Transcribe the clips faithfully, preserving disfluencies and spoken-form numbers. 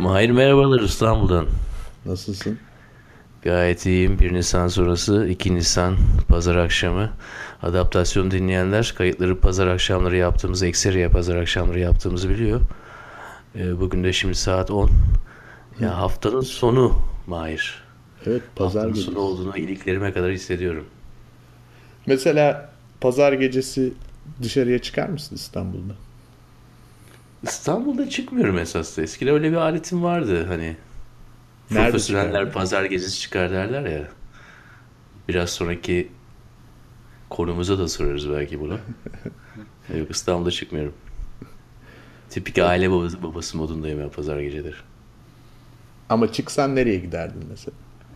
Mahir merhabalar İstanbul'dan. Nasılsın? Gayet iyiyim. Bir Nisan sonrası iki Nisan pazar akşamı. Adaptasyon dinleyenler kayıtları pazar akşamları yaptığımız, ekseriye pazar akşamları yaptığımızı biliyor. Ee, bugün de şimdi saat on. Hı. Ya haftanın sonu Mahir. Evet, pazar Haftanın sonu gecesi. olduğunu iliklerime kadar hissediyorum. Mesela pazar gecesi dışarıya çıkar mısın İstanbul'da? İstanbul'da çıkmıyorum esas da. Eskiden öyle bir aletim vardı hani. Nerede Profesyoneller çıkardın? pazar gecesi çıkar derler ya. Biraz sonraki konumuza da sorarız belki bunu. Yok, İstanbul'da çıkmıyorum. Tipik Evet. aile babası, babası modundayım ya pazar geceleri. Ama çıksan nereye giderdin mesela?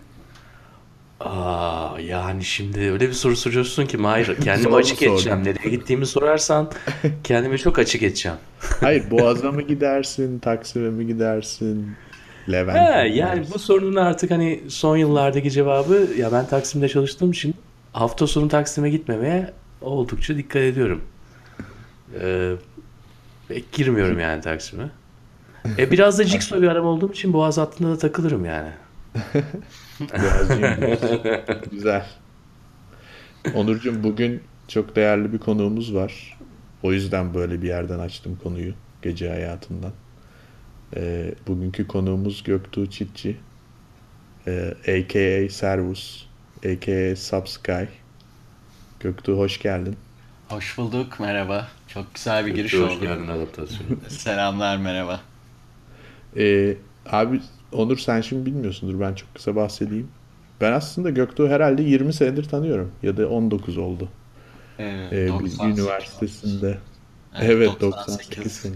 Aa, yani şimdi öyle bir soru soruyorsun ki Mahir, kendimi Zor mu açık sordum? edeceğim. Nereye gittiğimi sorarsan kendimi çok açık edeceğim. Hayır, Boğaz'a mı gidersin, Taksim'e mi gidersin, He, Levent'e mi yani bu gidersin? sorunun artık hani son yıllardaki cevabı, ya ben Taksim'de çalıştığım için hafta sonu Taksim'e gitmemeye oldukça dikkat ediyorum. Ee, Pek girmiyorum yani Taksim'e. E biraz da Jigsaw bir adam olduğum için Boğaz hattında da takılırım yani. Boğazcıyım diyorsun. Güzel. Onurcuğum, bugün çok değerli bir konuğumuz var. O yüzden böyle bir yerden açtım konuyu. Gece hayatından. Ee, bugünkü konuğumuz Göktuğ Çitçi. Ee, A K A Servus. A K A Subsky. Göktuğ, hoş geldin. Hoş bulduk, merhaba. Çok güzel bir Gökçe giriş hoş oldu. geldin adaptasyona. Selamlar, merhaba. Ee, abi Onur, sen şimdi bilmiyorsundur, ben çok kısa bahsedeyim. Ben aslında Göktuğ'u herhalde yirmi senedir tanıyorum. Ya da on dokuz oldu. Ee, Ee, Bilgi doksan sekiz olmuş. Üniversitesi'nde. Evet, Evet, doksan sekiz doksan sekiz. sene.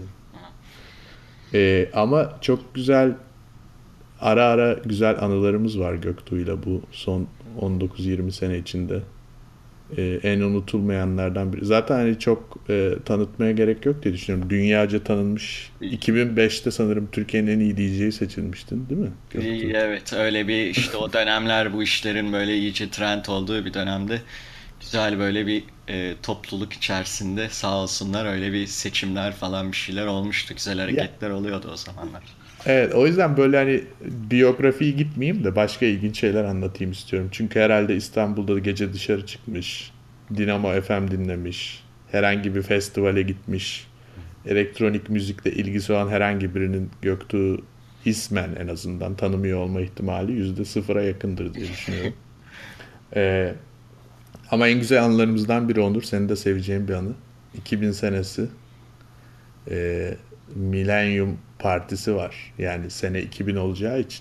Ee, ama çok güzel, ara ara güzel anılarımız var Göktuğ'yla bu son on dokuz yirmi sene içinde. Ee, en unutulmayanlardan biri. Zaten hani çok e, tanıtmaya gerek yok diye düşünüyorum. Dünyaca tanınmış. iki bin beşte sanırım Türkiye'nin en iyi D J'yi seçilmiştin, değil mi Göktuğ? İyi, evet, öyle bir işte o dönemler bu işlerin böyle iyice trend olduğu bir dönemde güzel böyle bir e, topluluk içerisinde sağ olsunlar öyle bir seçimler falan bir şeyler olmuştu. Güzel Ya, hareketler oluyordu o zamanlar. evet, o yüzden böyle hani biyografiyi gitmeyeyim de başka ilginç şeyler anlatayım istiyorum. Çünkü herhalde İstanbul'da gece dışarı çıkmış, Dinamo F M dinlemiş, herhangi bir festivale gitmiş, elektronik müzikle ilgisi olan herhangi birinin Göktuğ ismen en azından tanımıyor olma ihtimali yüzde sıfıra yakındır diye düşünüyorum. Ee, Ama en güzel anılarımızdan biri Onur. Senin de seveceğin bir anı. iki bin senesi e, Milenyum Partisi var. Yani sene iki bin olacağı için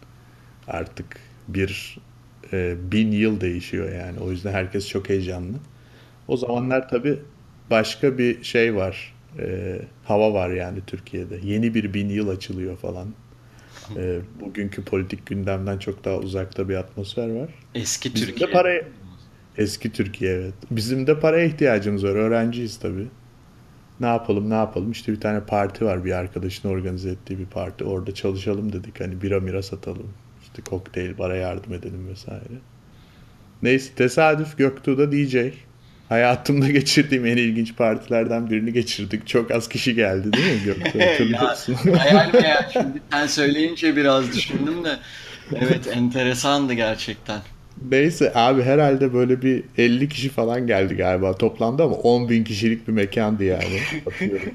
artık bir e, bin yıl değişiyor yani. O yüzden herkes çok heyecanlı. O zamanlar tabii başka bir şey var. E, hava var yani Türkiye'de. Yeni bir bin yıl açılıyor falan. E, bugünkü politik gündemden çok daha uzakta bir atmosfer var. Eski Bizim de Türkiye. paraya Eski Türkiye, evet. Bizim de paraya ihtiyacımız var. Öğrenciyiz tabii. Ne yapalım ne yapalım. İşte bir tane parti var. Bir arkadaşın organize ettiği bir parti. Orada çalışalım dedik. Hani bira mira satalım. İşte kokteyl bara yardım edelim vesaire. Neyse, tesadüf Göktuğ'da D J. Hayatımda geçirdiğim en ilginç partilerden birini geçirdik. Çok az kişi geldi değil mi Göktuğ? Ya Hatırlıyorsun. hayal meyal şimdi sen söyleyince biraz düşündüm de evet enteresandı gerçekten. Neyse abi, herhalde böyle bir elli kişi falan geldi galiba toplamda ama on bin kişilik bir mekandı yani. Atıyorum.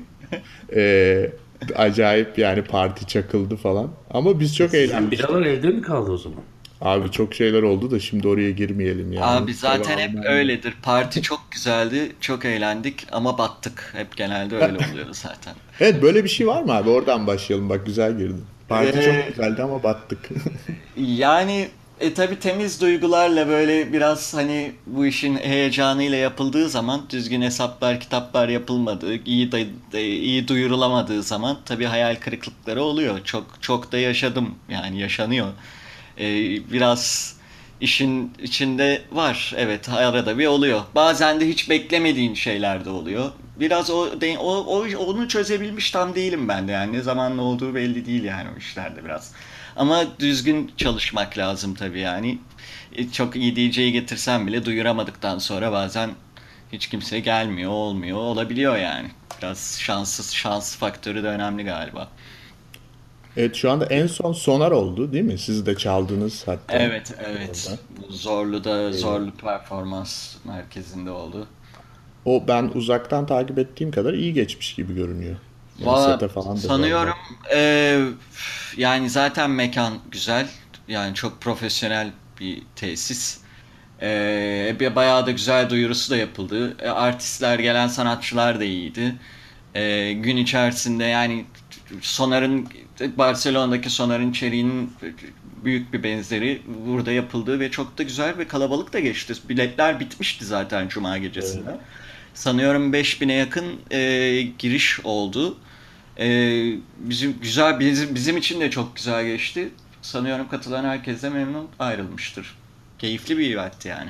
Ee, Acayip yani, parti çakıldı falan. Ama biz E çok sizin eğlenmiştik. biralar evde mi kaldı o zaman? Abi çok şeyler oldu da şimdi oraya girmeyelim yani. Abi zaten hep Devamını anlat. öyledir. Parti çok güzeldi, çok eğlendik ama battık. Hep genelde öyle oluyor zaten. Evet, böyle bir şey var mı abi? Oradan başlayalım, bak güzel girdin. Parti çok Ee, güzeldi ama battık. Yani e tabii temiz duygularla böyle biraz hani bu işin heyecanıyla yapıldığı zaman düzgün hesaplar kitaplar yapılmadığı iyi da, da- iyi duyurulamadığı zaman tabii hayal kırıklıkları oluyor. Çok çok da yaşadım yani yaşanıyor. Ee, Biraz işin içinde var, evet, arada bir oluyor. Bazen de hiç beklemediğin şeyler de oluyor. Biraz o, de- o, o onu çözebilmiş tam değilim ben de yani ne zaman ne olduğu belli değil yani o işlerde biraz. Ama düzgün çalışmak lazım tabii yani. E, Çok iyi D J'yi getirsen bile duyuramadıktan sonra bazen hiç kimse gelmiyor, olmuyor, olabiliyor yani. Biraz şanssız, şans faktörü de önemli galiba. Evet, şu anda en son Sonar oldu değil mi? Siz de çaldınız hatta Evet, evet. orada. Bu Zorlu'da, Ee, Zorlu Performans Merkezi'nde oldu. O ben uzaktan takip ettiğim kadar iyi geçmiş gibi görünüyor. Yani Valla sete falan da sanıyorum geldiler. eee, yani zaten mekan güzel. Yani çok profesyonel bir tesis. Eee bir- bayağı da güzel duyurusu da yapıldı. E, artistler, gelen sanatçılar da iyiydi. Eee, gün içerisinde yani Sonar'ın Barcelona'daki Sonar'ın içeriğinin büyük bir benzeri burada yapıldı ve çok da güzel ve kalabalık da geçti. Biletler bitmişti zaten Cuma Evet. gecesinde. Sanıyorum beş bine yakın e, giriş oldu. E, bizim güzel bizim, bizim için de çok güzel geçti. Sanıyorum katılan herkes de memnun ayrılmıştır. Keyifli bir eventti yani.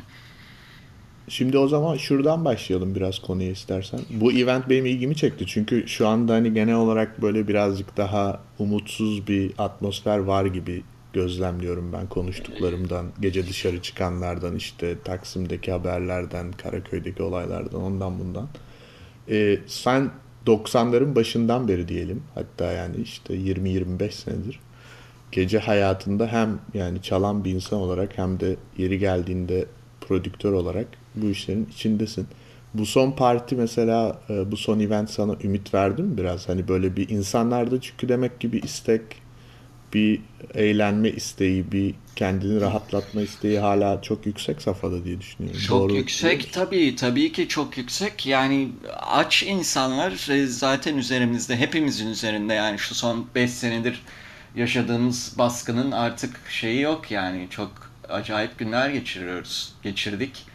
Şimdi o zaman şuradan başlayalım biraz konuya istersen. Bu event benim ilgimi çekti. Çünkü şu anda hani genel olarak böyle birazcık daha umutsuz bir atmosfer var gibi gözlemliyorum ben konuştuklarımdan, gece dışarı çıkanlardan, işte Taksim'deki haberlerden, Karaköy'deki olaylardan, ondan bundan. Ee, sen doksanların başından beri diyelim, hatta yani işte yirmi yirmi beş senedir gece hayatında hem yani çalan bir insan olarak hem de yeri geldiğinde prodüktör olarak bu işlerin içindesin. Bu son parti mesela, e, bu son event sana ümit verdi mi biraz? Hani böyle bir insanlarda çünkü demek ki bir istek, bir eğlenme isteği, bir kendini rahatlatma isteği hala çok yüksek safhada diye düşünüyorum. Çok Doğru biliyor yüksek musun? tabii, tabii ki çok yüksek. Yani aç insanlar e, zaten üzerimizde, hepimizin üzerinde yani şu son beş senedir yaşadığımız baskının artık şeyi yok yani çok acayip günler geçiriyoruz, geçirdik.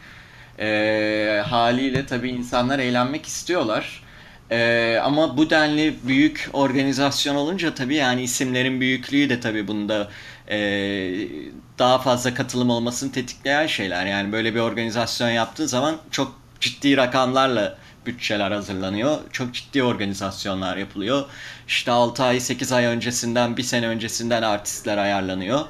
Ee, haliyle tabii insanlar eğlenmek istiyorlar. Ee, ama bu denli büyük organizasyon olunca tabii yani isimlerin büyüklüğü de tabii bunda e, daha fazla katılım olmasını tetikleyen şeyler. Yani böyle bir organizasyon yaptığı zaman çok ciddi rakamlarla bütçeler hazırlanıyor. Çok ciddi organizasyonlar yapılıyor. İşte altı ay, sekiz ay öncesinden, bir sene öncesinden artistler ayarlanıyor.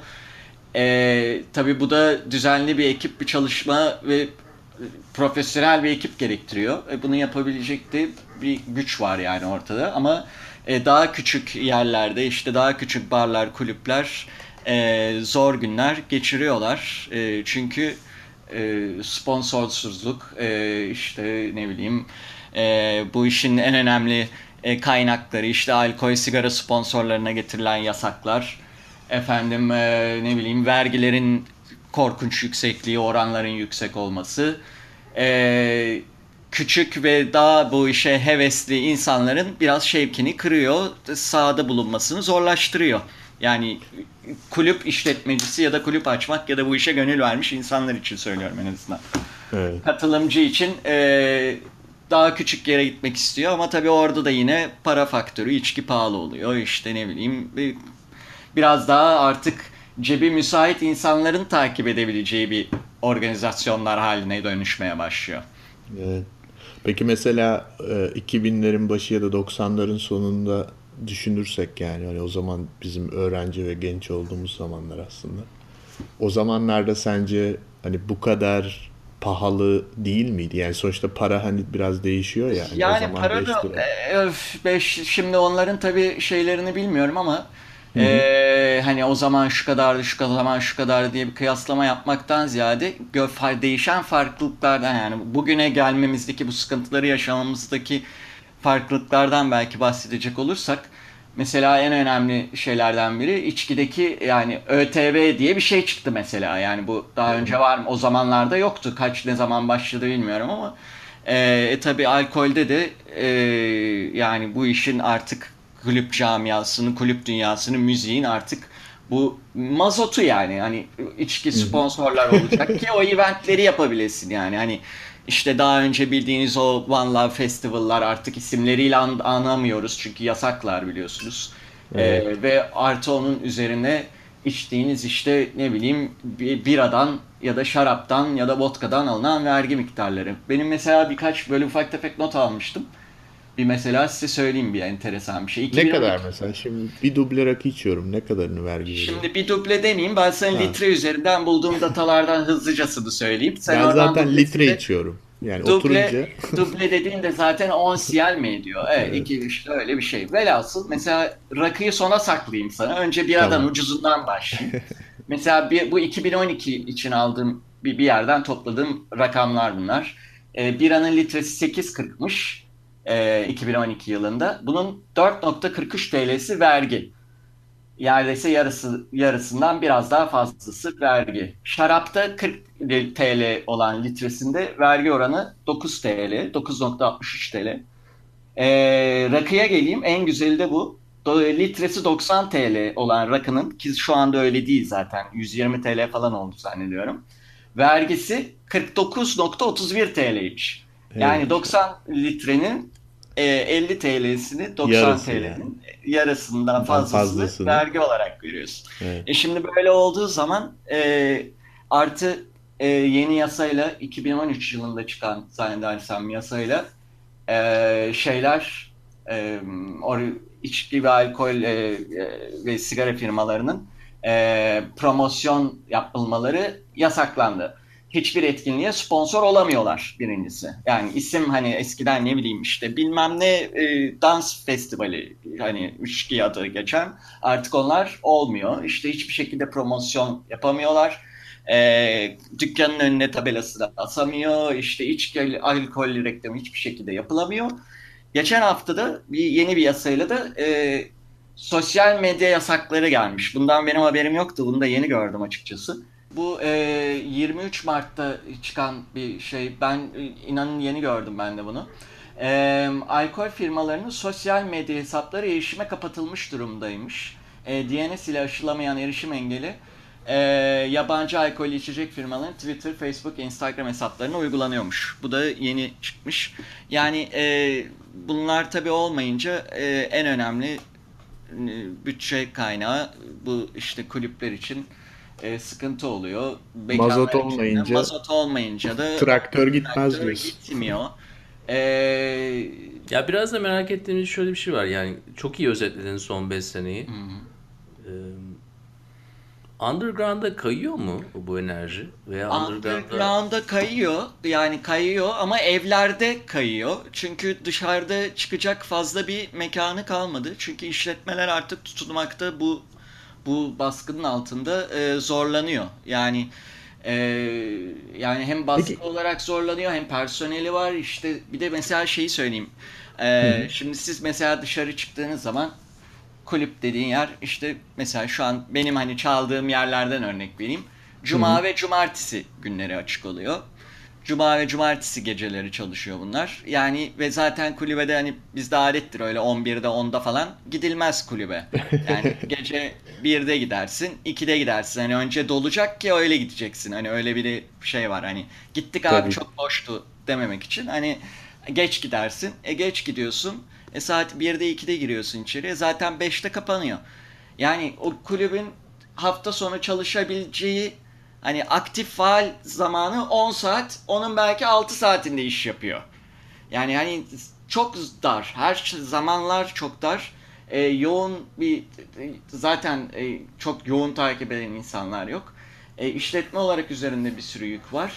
Ee, tabii bu da düzenli bir ekip, bir çalışma ve profesyonel bir ekip gerektiriyor. E, bunu yapabilecek de bir güç var yani ortada. Ama e, daha küçük yerlerde işte daha küçük barlar, kulüpler e, zor günler geçiriyorlar. E, çünkü e, sponsorsuzluk, e, işte ne bileyim e, bu işin en önemli e, kaynakları işte alkol, sigara sponsorlarına getirilen yasaklar, efendim e, ne bileyim vergilerin korkunç yüksekliği, oranların yüksek olması, e, küçük ve daha bu işe hevesli insanların biraz şevkini kırıyor, sahada bulunmasını zorlaştırıyor. Yani kulüp işletmecisi ya da kulüp açmak ya da bu işe gönül vermiş insanlar için söylüyorum en azından. Evet. Katılımcı için e, daha küçük yere gitmek istiyor ama tabii orada da yine para faktörü, içki pahalı oluyor. İşte ne bileyim bir biraz daha artık cebi müsait insanların takip edebileceği bir organizasyonlar haline dönüşmeye başlıyor. Evet. Peki mesela e, iki binlerin başı ya da doksanların sonunda düşünürsek, yani hani o zaman bizim öğrenci ve genç olduğumuz zamanlar aslında. O zamanlarda sence hani bu kadar pahalı değil miydi? Yani sonuçta para hani biraz değişiyor ya. Hani o Yani zaman para beş da lira. e, öf, beş, şimdi onların tabii şeylerini bilmiyorum ama Hı hı. e, hani o zaman şu kadardı, şu kadar zaman şu kadar diye bir kıyaslama yapmaktan ziyade gö- fa- değişen farklılıklardan yani bugüne gelmemizdeki bu sıkıntıları yaşamamızdaki farklılıklardan belki bahsedecek olursak mesela en önemli şeylerden biri içkideki yani ÖTV diye bir şey çıktı mesela. Yani bu daha Evet. önce var mı? O zamanlarda yoktu. Kaç ne zaman başladı bilmiyorum ama e, e, tabii alkolde de e, yani bu işin artık kulüp camiasının, kulüp dünyasının, müziğin artık bu mazotu yani hani içki Hı hı. sponsorlar olacak ki o eventleri yapabilesin yani hani işte daha önce bildiğiniz o One Love Festival'lar artık isimleriyle an- anamıyoruz çünkü yasaklar biliyorsunuz. Evet. Ee, ve artı onun üzerine içtiğiniz işte ne bileyim bir biradan ya da şaraptan ya da vodkadan alınan vergi miktarları. Benim mesela birkaç böyle ufak tefek not almıştım. Bir mesela size söyleyeyim bir enteresan bir şey. Ne kadar iki bin on iki. mesela? Şimdi bir duble rakı içiyorum. Ne kadarını vergi veriyorum? Şimdi bir duble demeyeyim ben sana Ha. litre üzerinden bulduğum datalardan hızlıcasını söyleyeyim. Sen Ben oradan zaten litre dublesinde içiyorum. Yani Duble, oturunca duble dediğin de zaten on C L mi ediyor? Evet, evet, iki işte öyle bir şey. Velhasıl mesela rakıyı sona saklayayım sana. Önce biradan tamam. ucuzundan başlayayım. Mesela bir, bu iki bin on iki için aldığım bir, bir yerden topladığım rakamlar bunlar. E, biranın litresi sekiz kırkmış e, iki bin on iki yılında. Bunun dört nokta kırk üç T L'si vergi. Neredeyse yarısı yarısından biraz daha fazlası vergi. Şarapta kırk T L olan litresinde vergi oranı dokuz T L, dokuz nokta altmış üç T L. Ee, rakıya geleyim, en güzeli de bu. Do- Litresi doksan T L olan rakının, ki şu anda öyle değil zaten, yüz yirmi T L falan oldu zannediyorum. Vergisi kırk dokuz nokta otuz bir T L'ymiş. Yani Evet. doksan litrenin e, elli T L'sini doksan Yarısı yani. T L'nin yarısından Dan fazlasını fazlasını. vergi olarak veriyorsun. Evet. E şimdi böyle olduğu zaman e, artı e, yeni yasayla iki bin on üç yılında çıkan zannedersem yasayla e, şeyler e, or, içki ve alkol e, e, ve sigara firmalarının e, promosyon yapılmaları yasaklandı. Hiçbir etkinliğe sponsor olamıyorlar birincisi. Yani isim hani eskiden ne bileyim işte bilmem ne e, dans festivali hani içki adı geçen artık onlar olmuyor. İşte hiçbir şekilde promosyon yapamıyorlar. E, dükkanın önüne tabelası da asamıyor. İşte içki, alkol reklamı hiçbir şekilde yapılamıyor. Geçen haftada bir yeni bir yasayla da e, sosyal medya yasakları gelmiş. Bundan benim haberim yoktu. Bunu da yeni gördüm açıkçası. Bu e, yirmi üç Mart'ta çıkan bir şey. Ben e, inanın yeni gördüm ben de bunu. E, alkol firmalarının sosyal medya hesapları erişime kapatılmış durumdaymış. E, D N S ile aşılamayan erişim engeli e, yabancı alkol içecek firmaların Twitter, Facebook, Instagram hesaplarına uygulanıyormuş. Bu da yeni çıkmış. Yani e, bunlar tabii olmayınca e, en önemli e, bütçe kaynağı bu işte kulüpler için e, sıkıntı oluyor. Mazot Mekanlar için de olmayınca mazot olmayınca da traktör gitmez traktör diyorsun. gitmiyor. E, Ya biraz da merak ettiğimiz şöyle bir şey var. Yani çok iyi özetledin son beş seneyi. Ee, Underground'a kayıyor mu bu enerji? Veya underground'a Underground'a kayıyor. Yani kayıyor ama evlerde kayıyor. Çünkü dışarıda çıkacak fazla bir mekanı kalmadı. Çünkü işletmeler artık tutunmakta bu bu baskının altında e, zorlanıyor. Yani e, yani hem baskı Peki. olarak zorlanıyor hem personeli var. İşte bir de mesela şeyi söyleyeyim. Hı E, hı. şimdi siz mesela dışarı çıktığınız zaman kulüp dediğin yer işte mesela şu an benim hani çaldığım yerlerden örnek vereyim. Hı hı. Cuma ve cumartesi günleri açık oluyor. Cuma ve cumartesi geceleri çalışıyor bunlar. Yani ve zaten kulübede hani bizde adettir öyle on birde onda falan gidilmez kulübe. Yani gece birde gidersin, ikide gidersin. Hani önce dolacak ki öyle gideceksin. Hani öyle bir şey var hani gittik abi Tabii. çok boştu dememek için. Hani geç gidersin. E geç gidiyorsun. E saat birde ikide giriyorsun içeriye. Zaten beşte kapanıyor. Yani o kulübün hafta sonu çalışabileceği hani aktif faal zamanı on saat. Onun belki altı saatinde iş yapıyor. Yani hani çok dar. Her zamanlar çok dar. E, yoğun bir zaten e, çok yoğun takip eden insanlar yok. E, işletme olarak üzerinde bir sürü yük var.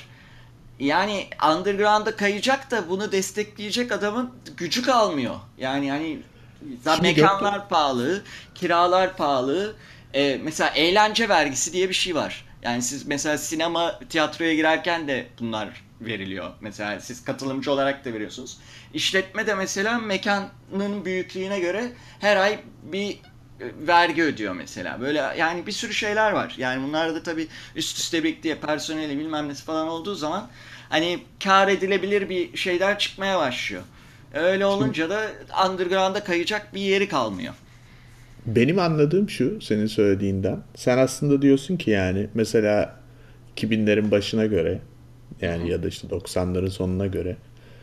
Yani underground'a kayacak da bunu destekleyecek adamın gücü kalmıyor. Yani hani za- Şimdi Göktuğ, mekanlar pahalı, kiralar pahalı. Ee, mesela eğlence vergisi diye bir şey var. Yani siz mesela sinema, tiyatroya girerken de bunlar veriliyor. Mesela siz katılımcı olarak da veriyorsunuz. İşletme de mesela mekanın büyüklüğüne göre her ay bir e, vergi ödüyor mesela. Böyle yani bir sürü şeyler var. Yani bunlar da tabii üst üste birlikte personeli bilmem nesi falan olduğu zaman hani kar edilebilir bir şeyler çıkmaya başlıyor. Öyle şimdi olunca da underground'a kayacak bir yeri kalmıyor. benim anladığım şu senin söylediğinden. Sen aslında diyorsun ki yani mesela iki binlerin başına göre Hı yani hı. ya da işte doksanların sonuna göre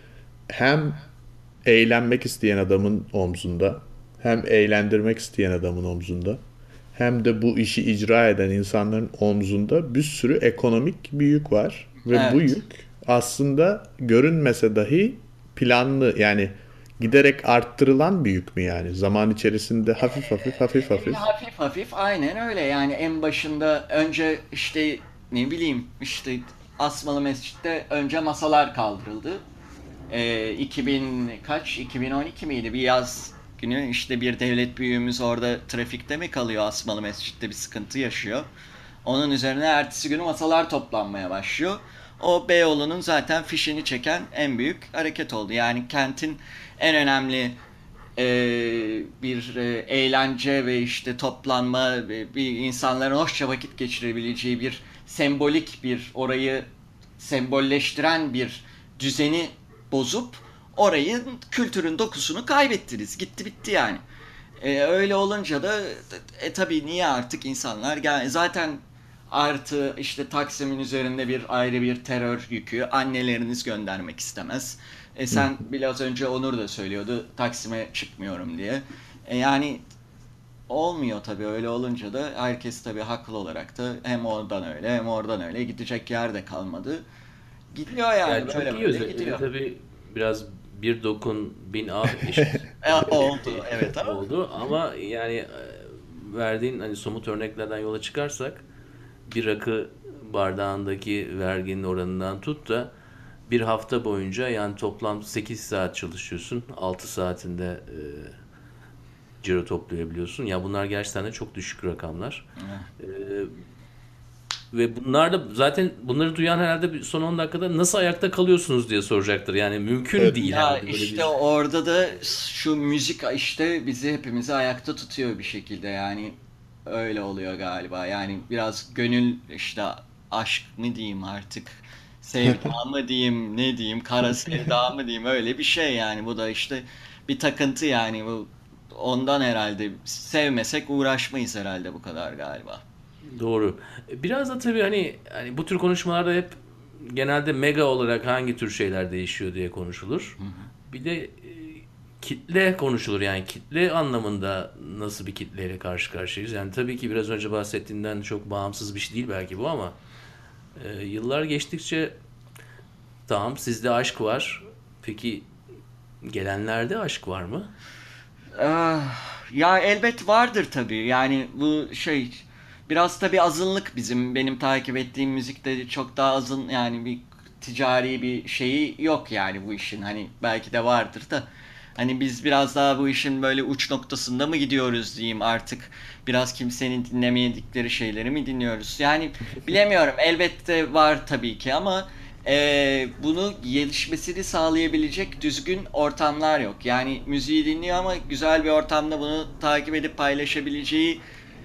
hem eğlenmek isteyen adamın omzunda hem eğlendirmek isteyen adamın omzunda hem de bu işi icra eden insanların omzunda bir sürü ekonomik bir yük var. Ve bu Evet. yük aslında görünmese dahi planlı yani giderek arttırılan bir yük mü yani? Zaman içerisinde hafif hafif hafif E, hafif. hafif hafif aynen öyle yani en başında önce işte ne bileyim işte Asmalı Mescid'de önce masalar kaldırıldı. Ee, iki bin kaç? iki bin on iki miydi? Bir yaz günü işte bir devlet büyüğümüz orada trafikte mi kalıyor, Asmalı Mescid'de bir sıkıntı yaşıyor. Onun üzerine ertesi günü masalar toplanmaya başlıyor. O Beyoğlu'nun zaten fişini çeken en büyük hareket oldu. Yani kentin en önemli e, bir e, eğlence ve işte toplanma ve bir insanların hoşça vakit geçirebileceği bir sembolik bir orayı sembolleştiren bir düzeni bozup orayı kültürün dokusunu kaybettiniz. Gitti bitti yani. E, öyle olunca da e, tabii niye artık insanlar gel zaten artı işte Taksim'in üzerinde bir ayrı bir terör yükü. Anneleriniz göndermek istemez. E sen biraz önce Onur da söylüyordu Taksim'e çıkmıyorum diye. E yani olmuyor tabii, öyle olunca da herkes tabii haklı olarak da hem oradan öyle hem oradan öyle gidecek yer de kalmadı. Gidiyor yani Yani çok böyle iyi böyle özetledi gidiyor. tabii, biraz bir dokun bin ah eşit E, oldu evet ama oldu ama yani e, verdiğin hani somut örneklerden yola çıkarsak bir rakı bardağındaki verginin oranından tut da bir hafta boyunca yani toplam sekiz saat çalışıyorsun. Altı saatinde e, ciro toplayabiliyorsun. Ya bunlar gerçekten de çok düşük rakamlar. E, ve bunlar da zaten, bunları duyan herhalde bir son on dakikada nasıl ayakta kalıyorsunuz diye soracaktır. Yani mümkün Evet. değil ya herhalde böyle işte bir. orada da şu müzik işte bizi hepimizi ayakta tutuyor bir şekilde yani öyle oluyor galiba. Yani biraz gönül işte aşk mı diyeyim artık, sevda mı diyeyim, ne diyeyim, kara sevda mı diyeyim, öyle bir şey yani bu da işte bir takıntı yani bu ondan herhalde sevmesek uğraşmayız herhalde bu kadar galiba. Doğru. Biraz da tabii hani hani bu tür konuşmalarda hep genelde mega olarak hangi tür şeyler değişiyor diye konuşulur. Bir de e, kitle konuşulur. Yani kitle anlamında nasıl bir kitleyle karşı karşıyayız? Yani tabii ki biraz önce bahsettiğinden çok bağımsız bir şey değil belki bu ama e, yıllar geçtikçe tamam, sizde aşk var. Peki gelenlerde aşk var mı? Ah, ya elbet vardır tabii. Yani bu şey biraz tabii azınlık, bizim benim takip ettiğim müzikte çok daha azın yani bir ticari bir şeyi yok yani bu işin. Hani belki de vardır da hani biz biraz daha bu işin böyle uç noktasında mı gidiyoruz diyeyim artık. Biraz kimsenin dinlemedikleri şeyleri mi dinliyoruz? Yani bilemiyorum. Elbette var tabii ki ama ee, bunu gelişmesini sağlayabilecek düzgün ortamlar yok. Yani müziği dinliyor ama güzel bir ortamda bunu takip edip paylaşabileceği,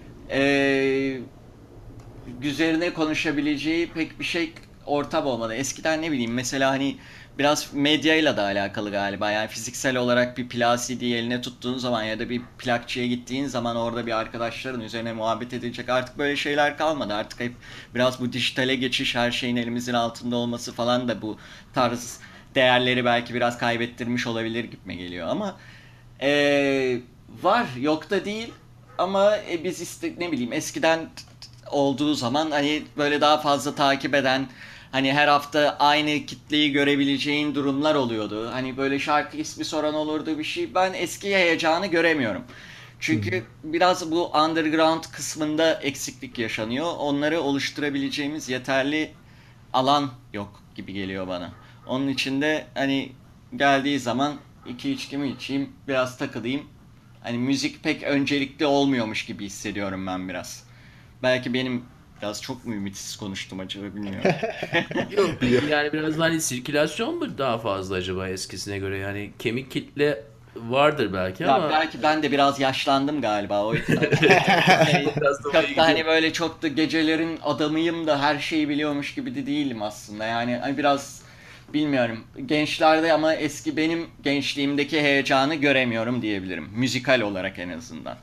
ee, üzerine konuşabileceği pek bir şey ortam olmadı. Eskiden ne bileyim mesela hani biraz medyayla da alakalı galiba. Yani fiziksel olarak bir plak C D eline tuttuğun zaman ya da bir plakçıya gittiğin zaman orada bir arkadaşların üzerine muhabbet edilecek artık böyle şeyler kalmadı. Artık hep biraz bu dijitale geçiş, her şeyin elimizin altında olması falan da bu tarz değerleri belki biraz kaybettirmiş olabilir gibime geliyor ama ee, var, yok da değil ama e, biz işte ne bileyim eskiden olduğu zaman hani böyle daha fazla takip eden, hani her hafta aynı kitleyi görebileceğin durumlar oluyordu. Hani böyle şarkı ismi soran olurdu bir şey. Ben eski heyecanı göremiyorum. Çünkü biraz bu underground kısmında eksiklik yaşanıyor. Onları oluşturabileceğimiz yeterli alan yok gibi geliyor bana. Onun için de hani geldiği zaman iki içkimi içeyim, biraz takılayım. Hani müzik pek öncelikli olmuyormuş gibi hissediyorum ben biraz. Belki benim biraz çok mu ümitsiz konuştum acaba, bilmiyorum. Yok peki, yani biraz daha hani sirkülasyon mu daha fazla acaba eskisine göre? Yani kemik kitle vardır belki Ya ama belki ben de biraz yaşlandım galiba o yüzden. Şey, biraz da oraya çok da gidiyor. hani böyle çok da gecelerin adamıyım da her şeyi biliyormuş gibi de değilim aslında. Yani hani biraz bilmiyorum. Gençlerde ama eski benim gençliğimdeki heyecanı göremiyorum diyebilirim. Müzikal olarak en azından.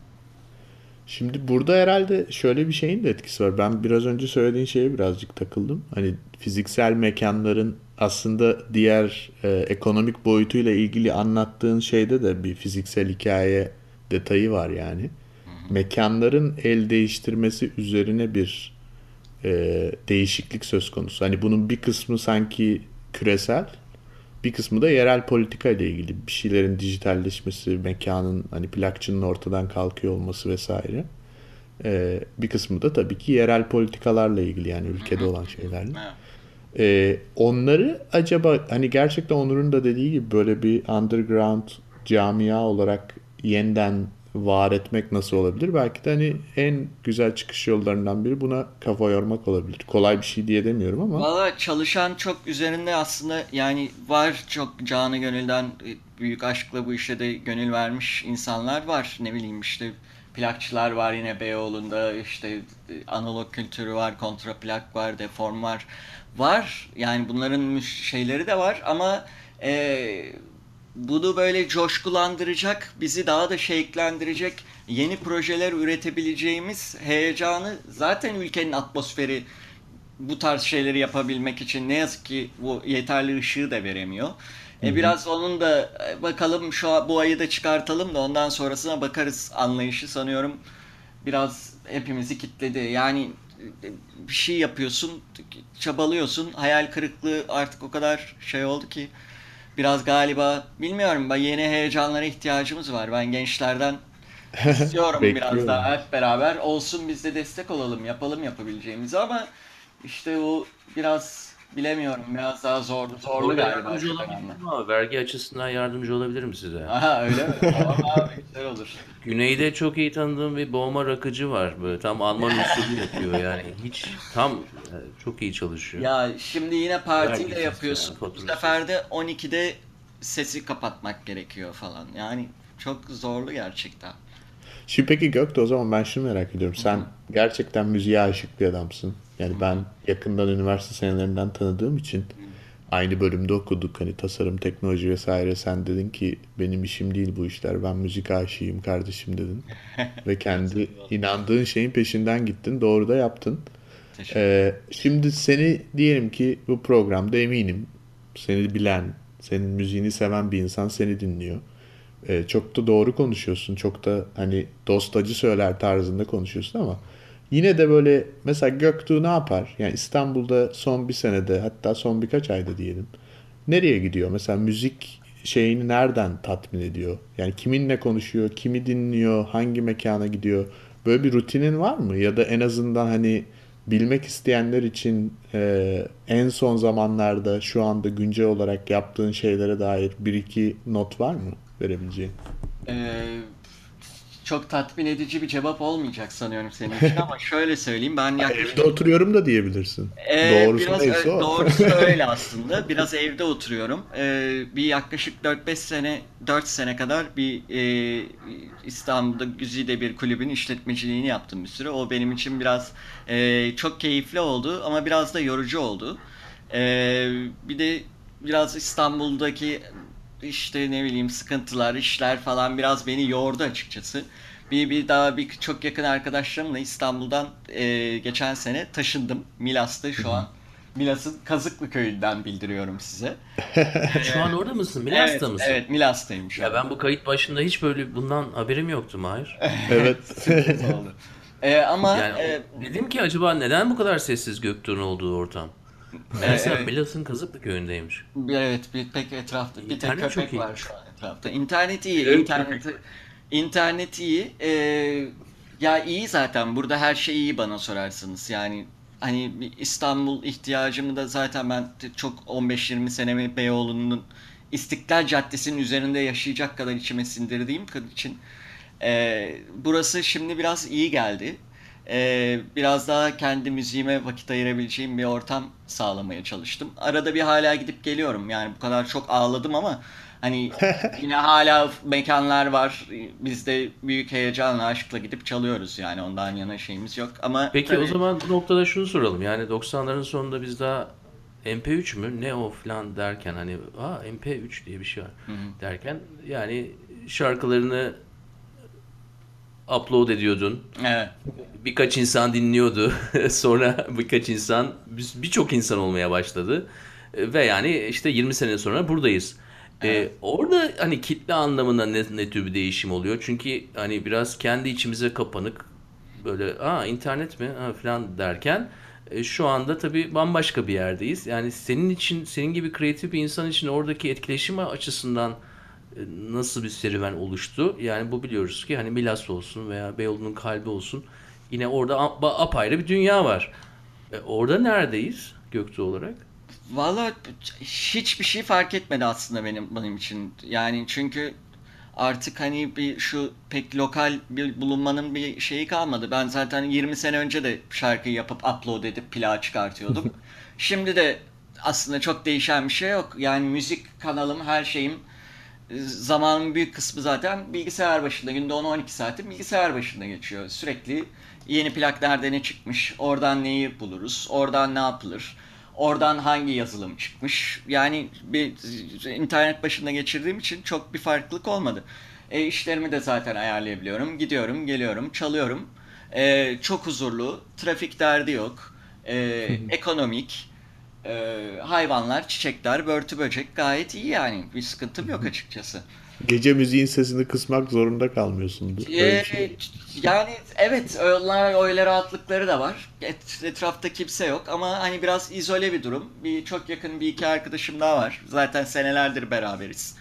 Şimdi burada herhalde şöyle bir şeyin de etkisi var. Ben biraz önce söylediğin şeye birazcık takıldım. Hani fiziksel mekanların aslında diğer e, ekonomik boyutuyla ilgili anlattığın şeyde de bir fiziksel hikaye detayı var yani. Mekanların el değiştirmesi üzerine bir e, değişiklik söz konusu. Hani bunun bir kısmı sanki küresel, bir kısmı da yerel politika ile ilgili. Bir şeylerin dijitalleşmesi, mekanın hani plakçının ortadan kalkıyor olması vesaire. Ee, bir kısmı da tabii ki yerel politikalarla ilgili yani ülkede olan şeylerle. Evet. Ee, onları acaba hani gerçekten Onur'un da dediği gibi böyle bir underground camia olarak yeniden var etmek nasıl olabilir? Belki de hani en güzel çıkış yollarından biri buna kafa yormak olabilir. Kolay bir şey diye demiyorum ama Valla çalışan çok üzerinde aslında yani var çok canı gönülden e, büyük aşkla bu işe de gönül vermiş insanlar var. Ne bileyim işte plakçılar var yine Beyoğlu'nda işte e, analog kültürü var, kontraplak var, deform var. Var yani bunların müş- şeyleri de var ama e, bunu böyle coşkulandıracak, bizi daha da şevklendirecek yeni projeler üretebileceğimiz heyecanı zaten ülkenin atmosferi bu tarz şeyleri yapabilmek için ne yazık ki bu yeterli ışığı da veremiyor. E biraz onun da e, bakalım şu an, bu ayı da çıkartalım da ondan sonrasına bakarız anlayışı sanıyorum biraz hepimizi kitledi. Yani e, bir şey yapıyorsun, çabalıyorsun, hayal kırıklığı artık o kadar şey oldu ki biraz galiba bilmiyorum ben yeni heyecanlara ihtiyacımız var. Ben gençlerden istiyorum biraz daha bekliyorum. hep beraber olsun biz de destek olalım yapalım yapabileceğimizi ama işte o biraz bilemiyorum biraz daha zorlu zorlu Orada galiba yardımcı şu dönemde. olabilirim ama vergi açısından yardımcı olabilirim size. Aha öyle mi? Tamam abi güzel olur. Güneyde çok iyi tanıdığım bir boğma rakıcı var. Böyle tam Alman usulü yapıyor yani. Hiç tam e, çok iyi çalışıyor. Ya şimdi yine partiyle Vergisiz yani yapıyorsun. Bu faturasız. sefer de on ikide sesi kapatmak gerekiyor falan. Yani çok zorlu gerçekten. Şimdi peki Gökte o zaman ben şunu merak ediyorum. Sen gerçekten müziğe aşık bir adamsın. Yani ben yakından üniversite senelerinden tanıdığım için aynı bölümde okuduk. Hani tasarım, teknoloji vesaire. Sen dedin ki benim işim değil bu işler. Ben müzik aşığıyım kardeşim dedin. Ve kendi Eyvallah. inandığın şeyin peşinden gittin. Doğru da yaptın. Teşekkür ederim. Ee, şimdi seni diyelim ki bu programda eminim seni bilen, senin müziğini seven bir insan seni dinliyor. Ee, çok da doğru konuşuyorsun. Çok da hani dost acı söyler tarzında konuşuyorsun ama yine de böyle mesela Göktuğ ne yapar? Yani İstanbul'da son bir senede hatta son birkaç ayda diyelim. Nereye gidiyor? Mesela müzik şeyini nereden tatmin ediyor? Yani kiminle konuşuyor, kimi dinliyor, hangi mekana gidiyor? Böyle bir rutinin var mı? Ya da en azından hani bilmek isteyenler için e, en son zamanlarda şu anda güncel olarak yaptığın şeylere dair bir iki not var mı verebileceğin? Ee, Çok tatmin edici bir cevap olmayacak sanıyorum senin için ama şöyle söyleyeyim ben yaklaşık Evde oturuyorum da diyebilirsin. Ee, Doğrusu biraz neyse ö- o. doğrusu öyle aslında. Biraz evde oturuyorum. Ee, bir yaklaşık dört beş sene, dört sene kadar bir e, İstanbul'da güzide bir kulübün işletmeciliğini yaptım bir süre. O benim için biraz e, çok keyifli oldu ama biraz da yorucu oldu. Ee, Bir de biraz İstanbul'daki işte ne bileyim sıkıntılar, işler falan biraz beni yordu açıkçası. Bir, bir daha bir çok yakın arkadaşlarımla İstanbul'dan e, geçen sene taşındım. Milas'ta şu an. Milas'ın Kazıklı köyünden bildiriyorum size. Şu an Ee, orada mısın? evet, Milas'ta mısın? evet Milas'tayım şu Ya an. ben bu kayıt başında hiç böyle bundan haberim yoktu Mahir. Evet. Sürpriz oldu. Ee, ama Yani o, e, dedim ki acaba neden bu kadar sessiz Göktuğ'un olduğu ortam? e, Meğersem evet, Milas'ın Kazıklı köyündeymiş. bir- evet bir tek etrafta bir tek İnternet çok köpek var iyiymiş. şu an etrafta. İnternet iyi, Evet, köpek. interneti internet iyi. Ee, ya iyi zaten. Burada her şey iyi bana sorarsanız. Yani hani bir İstanbul ihtiyacımı da zaten ben de çok on beş yirmi senemi Beyoğlu'nun İstiklal Caddesi'nin üzerinde yaşayacak kadar içime sindirdiğim için ee, burası şimdi biraz iyi geldi. Ee, biraz daha kendi müziğime vakit ayırabileceğim bir ortam sağlamaya çalıştım. Arada bir hala gidip geliyorum. Yani bu kadar çok ağladım ama hani yine hala mekanlar var. Biz de büyük heyecanla, aşkla gidip çalıyoruz yani ondan yana şeyimiz yok. Ama Peki o tabii zaman bu noktada şunu soralım. Yani doksanların sonunda biz daha M P üç mü ne o falan derken hani aa M P üç diye bir şey var derken yani şarkılarını upload ediyordun. evet, Birkaç insan dinliyordu. Sonra birkaç insan biz- birçok insan olmaya başladı. E, Ve yani işte yirmi sene sonra buradayız. evet. Ee, orada hani kitle anlamında ne, ne tür bir değişim oluyor? Çünkü hani biraz kendi içimize kapanık böyle aa internet mi ha, falan derken e, şu anda tabii bambaşka bir yerdeyiz. Yani senin için senin gibi kreatif bir insan için oradaki etkileşim açısından e, nasıl bir serüven oluştu? Yani bu biliyoruz ki hani Milas olsun veya Beyoğlu'nun kalbi olsun yine orada a- apayrı bir dünya var. E, orada neredeyiz Göktuğ olarak? Valla hiçbir şey fark etmedi aslında benim benim için. Yani çünkü artık hani bir şu pek lokal bir bulunmanın bir şeyi kalmadı. Ben zaten yirmi sene önce de şarkıyı yapıp upload edip plağa çıkartıyordum. Şimdi de aslında çok değişen bir şey yok. Yani müzik kanalım, her şeyim, e, zamanın büyük kısmı zaten bilgisayar başında. Günde on on iki saatim bilgisayar başında geçiyor. Sürekli yeni plak nerede ne çıkmış, oradan neyi buluruz, oradan ne yapılır, oradan hangi yazılım çıkmış. Yani bir internet başında geçirdiğim için çok bir farklılık olmadı. E, işlerimi de zaten ayarlayabiliyorum. Gidiyorum, geliyorum, çalıyorum. E, çok huzurlu, trafik derdi yok. E, ekonomik, e, hayvanlar, çiçekler, börtü böcek gayet iyi yani. Bir sıkıntım yok açıkçası. Gece müziğin sesini kısmak zorunda kalmıyorsundur. Öyle bir şey. Ee, yani evet, onlar öyle rahatlıkları da var. Et, etrafta kimse yok ama hani biraz izole bir durum. Bir çok yakın bir iki arkadaşım daha var. Zaten senelerdir beraberiz.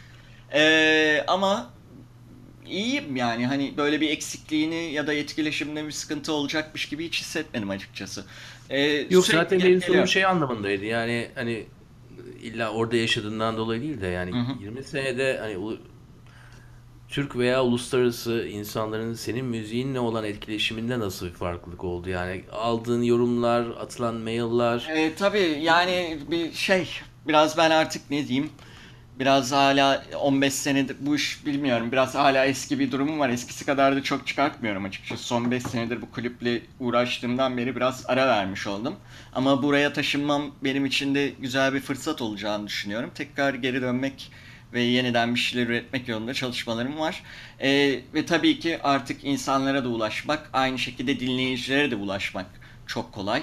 Ee, ama iyiyim yani, hani böyle bir eksikliğini ya da etkileşimde bir sıkıntı olacakmış gibi hiç hissetmedim açıkçası. Ee, Yok, sürekli zaten benim gelip sorum geliyor. şey anlamındaydı. Yani hani illa orada yaşadığından dolayı değil de Hı yani hı. yirmi senede hani ulu- Türk veya uluslararası insanların senin müziğinle olan etkileşiminde nasıl bir farklılık oldu? Yani aldığın yorumlar, atılan mailler. Ee, tabii yani bir şey, biraz ben artık ne diyeyim, biraz hala on beş senedir bu iş, bilmiyorum, biraz hala eski bir durumum var. Eskisi kadar da çok çıkartmıyorum açıkçası. Son beş senedir bu kulüple uğraştığımdan beri biraz ara vermiş oldum. Ama buraya taşınmam benim için de güzel bir fırsat olacağını düşünüyorum. Tekrar geri dönmek ve yeniden bir şeyler üretmek yolunda çalışmalarım var. Ee, ve tabii ki artık insanlara da ulaşmak, aynı şekilde dinleyicilere de ulaşmak çok kolay.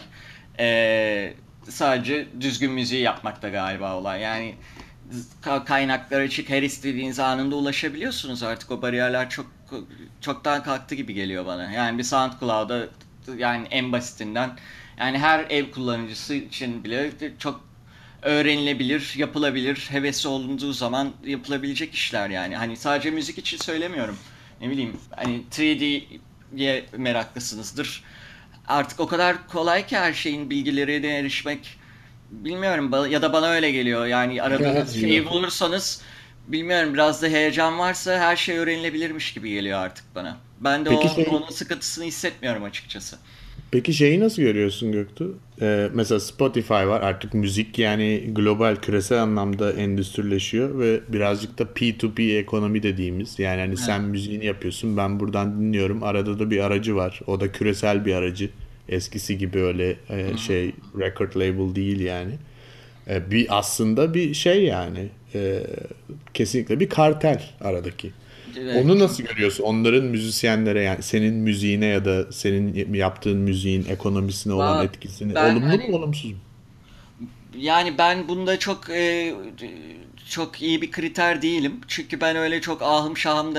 Ee, Sadece düzgün müziği yapmak da galiba olay. Yani kaynaklar açık, her istediğiniz anında ulaşabiliyorsunuz artık. O bariyerler çok çoktan kalktı gibi geliyor bana. Yani bir SoundCloud'a, yani en basitinden, yani her ev kullanıcısı için bile çok öğrenilebilir, yapılabilir, hevesi olunduğu zaman yapılabilecek işler yani. Hani sadece müzik için söylemiyorum. Ne bileyim, hani üç D'ye meraklısınızdır. Artık o kadar kolay ki her şeyin bilgilerine erişmek. Bilmiyorum, ba- ya da bana öyle geliyor. Yani aradığınız şeyi Yok. bulursanız, bilmiyorum, biraz da heyecan varsa her şey öğrenilebilirmiş gibi geliyor artık bana. Ben de Peki o, şey onun sıkıntısını hissetmiyorum açıkçası. Peki şeyi nasıl görüyorsun Göktuğ? Ee, mesela Spotify var, artık müzik yani global, küresel anlamda endüstrileşiyor ve birazcık da P to P ekonomi dediğimiz, yani hani Evet. sen müziğini yapıyorsun, ben buradan dinliyorum, arada da bir aracı var, o da küresel bir aracı, eskisi gibi öyle Hı e, hı. şey record label değil yani. E, bir aslında bir şey yani, e, kesinlikle bir kartel aradaki. Evet. Onu nasıl görüyorsun? Onların müzisyenlere, yani senin müziğine ya da senin yaptığın müziğin ekonomisine olan Va- etkisini Ben olumlu mu hani, olumsuz mu? yani ben bunda çok e, çok iyi bir kriter değilim. Çünkü ben öyle çok ahım şahım da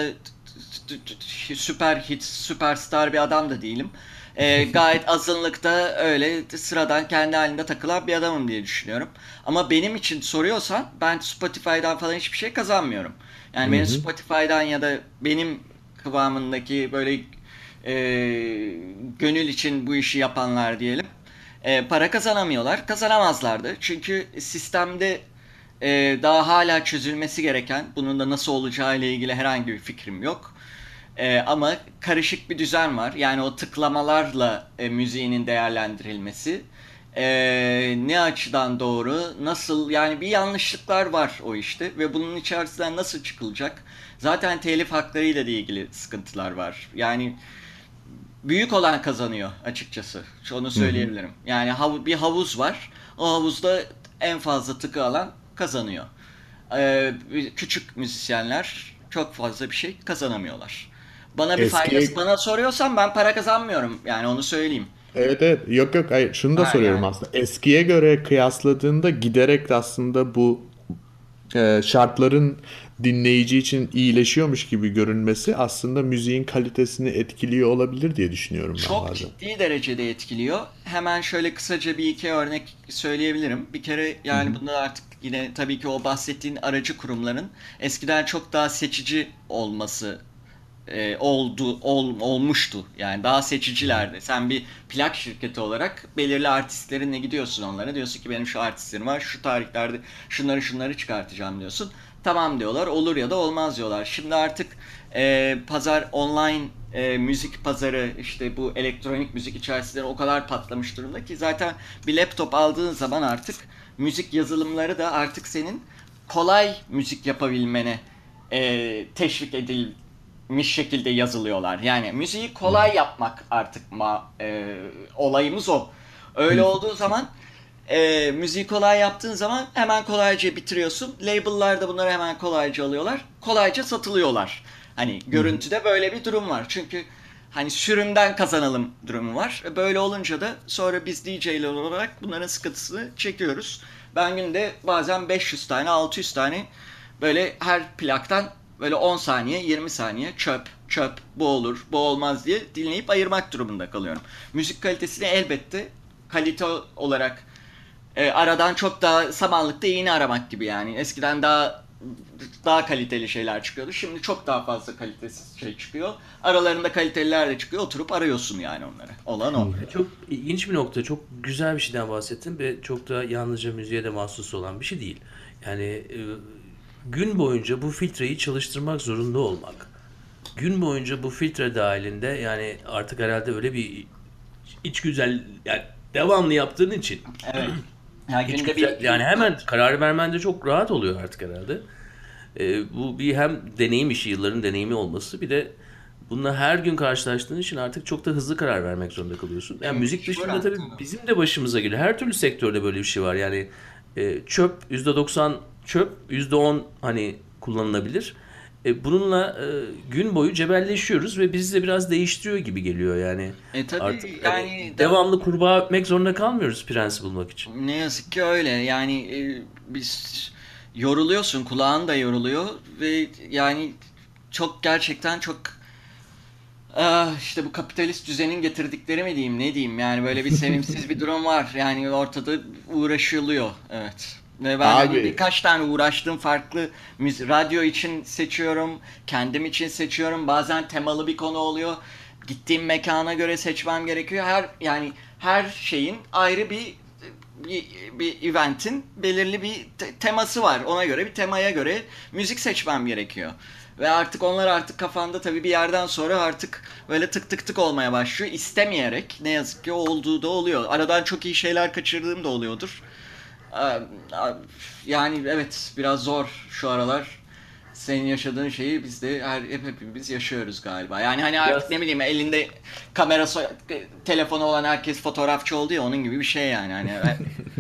süper hit, süperstar bir adam da değilim. E, gayet azınlıkta öyle sıradan kendi halinde takılan bir adamım diye düşünüyorum. Ama benim için soruyorsan, ben Spotify'dan falan hiçbir şey kazanmıyorum. Yani Hı benim hı. Spotify'dan ya da benim kıvamındaki böyle e, gönül için bu işi yapanlar diyelim, e, para kazanamıyorlar. Kazanamazlardı. Çünkü sistemde e, daha hala çözülmesi gereken, bunun da nasıl olacağı ile ilgili herhangi bir fikrim yok. E, ama karışık bir düzen var. Yani o tıklamalarla e, müziğinin değerlendirilmesi. E, ne açıdan doğru, nasıl, yani bir yanlışlıklar var o işte ve bunun içerisinden nasıl çıkılacak? Zaten telif haklarıyla da ilgili sıkıntılar var. Yani büyük olan kazanıyor açıkçası. Onu Hı hı. söyleyebilirim. Yani hav- bir havuz var. O havuzda en fazla tıkı alan kazanıyor. Ee, küçük müzisyenler çok fazla bir şey kazanamıyorlar. Bana bir faydası, Eskiye bana soruyorsan, ben para kazanmıyorum. Yani onu söyleyeyim. evet, evet, yok yok, hayır, şunu da Ha soruyorum yani. aslında. Eskiye göre kıyasladığında giderek de aslında bu e, şartların dinleyici için iyileşiyormuş gibi görünmesi aslında müziğin kalitesini etkiliyor olabilir diye düşünüyorum ben Çok bazen. ciddi derecede etkiliyor. Hemen şöyle kısaca bir iki örnek söyleyebilirim. Bir kere, Hı yani hı. bunda artık yine tabii ki o bahsettiğin aracı kurumların eskiden çok daha seçici olması e, oldu ol, olmuştu. Yani daha seçicilerdi. Sen bir plak şirketi olarak belirli artistlerine gidiyorsun onlara. Diyorsun ki benim şu artistlerim var. Şu tarihlerde şunları şunları çıkartacağım diyorsun. Tamam diyorlar. Olur ya da olmaz diyorlar. Şimdi artık e, pazar online e, müzik pazarı işte bu elektronik müzik içerisinde o kadar patlamış durumda ki zaten bir laptop aldığın zaman artık müzik yazılımları da artık senin kolay müzik yapabilmene e, teşvik edilmiş şekilde yazılıyorlar. Yani müziği kolay yapmak artık ma- e, olayımız o. Öyle olduğu zaman e, müziği kolay yaptığın zaman hemen kolayca bitiriyorsun. Label'lar da bunları hemen kolayca alıyorlar. Kolayca satılıyorlar. Hani görüntüde böyle bir durum var. Çünkü hani sürümden kazanalım durumu var. E, Böyle olunca da sonra biz D J'ler olarak bunların sıkıntısını çekiyoruz. Ben günde bazen beş yüz tane, altı yüz tane böyle her plaktan böyle on saniye, yirmi saniye çöp, çöp, bu olur, bu olmaz diye dinleyip ayırmak durumunda kalıyorum. Müzik kalitesini elbette kalite olarak e, aradan çok daha samanlıkta iğne aramak gibi yani. Eskiden daha daha kaliteli şeyler çıkıyordu. Şimdi çok daha fazla kalitesiz şey çıkıyor. Aralarında kaliteliler de çıkıyor. Oturup arıyorsun yani onları. Olan o. Çok ilginç bir nokta, çok güzel bir şeyden bahsettin ve çok da yalnızca müziğe de mahsus olan bir şey değil. Yani e, gün boyunca bu filtreyi çalıştırmak zorunda olmak. Gün boyunca bu filtre dahilinde yani artık herhalde öyle bir iç güzel yani devamlı yaptığın için Evet. Ya iç günde güzel bir yani hemen karar vermen de çok rahat oluyor artık herhalde. E, bu bir hem deneyim işi, yılların deneyimi olması, bir de bununla her gün karşılaştığın için artık çok da hızlı karar vermek zorunda kalıyorsun. Yani müzik mecbur dışında tabii artık. bizim de başımıza geliyor. Her türlü sektörde böyle bir şey var. Yani e, çöp yüzde doksan çöp, yüzde on hani kullanılabilir. E, bununla e, gün boyu cebelleşiyoruz ve bizi de biraz değiştiriyor gibi geliyor yani. E Artık tabii hani yani de, devamlı kurbağa öpmek zorunda kalmıyoruz prensi bulmak için. ne yazık ki öyle. Yani e, biz yoruluyorsun, kulağın da yoruluyor ve yani çok gerçekten çok ah, işte bu kapitalist düzenin getirdikleri mi diyeyim ne diyeyim yani böyle bir sevimsiz bir durum var. Yani ortada uğraşılıyor. Evet. Ve ben hani Abi birkaç tane uğraştığım farklı müzik, radyo için seçiyorum, kendim için seçiyorum. Bazen temalı bir konu oluyor. Gittiğim mekana göre seçmem gerekiyor. Her yani her şeyin ayrı bir bir, bir eventin belirli bir te- teması var. Ona göre bir temaya göre müzik seçmem gerekiyor. Ve artık onlar artık kafanda tabii bir yerden sonra artık böyle tık tık tık olmaya başlıyor. İstemeyerek ne yazık ki olduğu da oluyor. Aradan çok iyi şeyler kaçırdığım da oluyordur. Ee, Yani evet biraz zor şu aralar. Senin yaşadığın şeyi biz de her, hep hepimiz yaşıyoruz galiba. Yani hani artık Biraz ne bileyim elinde kamera so- telefonu olan herkes fotoğrafçı oldu ya onun gibi bir şey yani. Hani e,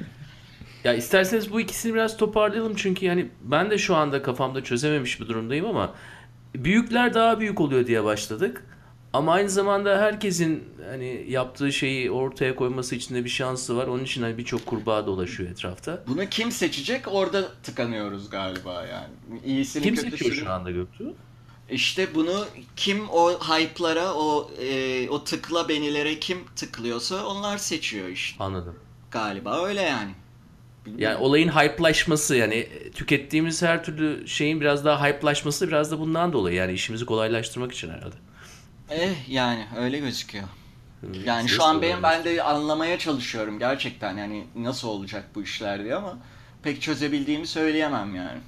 Ya isterseniz bu ikisini biraz toparlayalım, çünkü yani ben de şu anda kafamda çözememiş bir durumdayım ama büyükler daha büyük oluyor diye başladık. Ama aynı zamanda herkesin hani yaptığı şeyi ortaya koyması için de bir şansı var. Onun için hani birçok kurbağa dolaşıyor etrafta. bunu kim seçecek orada tıkanıyoruz galiba yani. İyisini Kim seçiyor kötüsünü. şu anda Göktuğ? İşte bunu kim o hype'lara o e, o tıkla benilere kim tıklıyorsa onlar seçiyor işte. Anladım. Galiba öyle yani. Yani Bilmiyorum. olayın hype'laşması, yani tükettiğimiz her türlü şeyin biraz daha hype'laşması biraz da bundan dolayı. Yani işimizi kolaylaştırmak için herhalde. Eh yani öyle gözüküyor. Hmm, Yani şu Nasıl an benim ben kolaylaştırmak? de anlamaya çalışıyorum gerçekten yani nasıl olacak bu işler diye ama pek çözebildiğimi söyleyemem yani.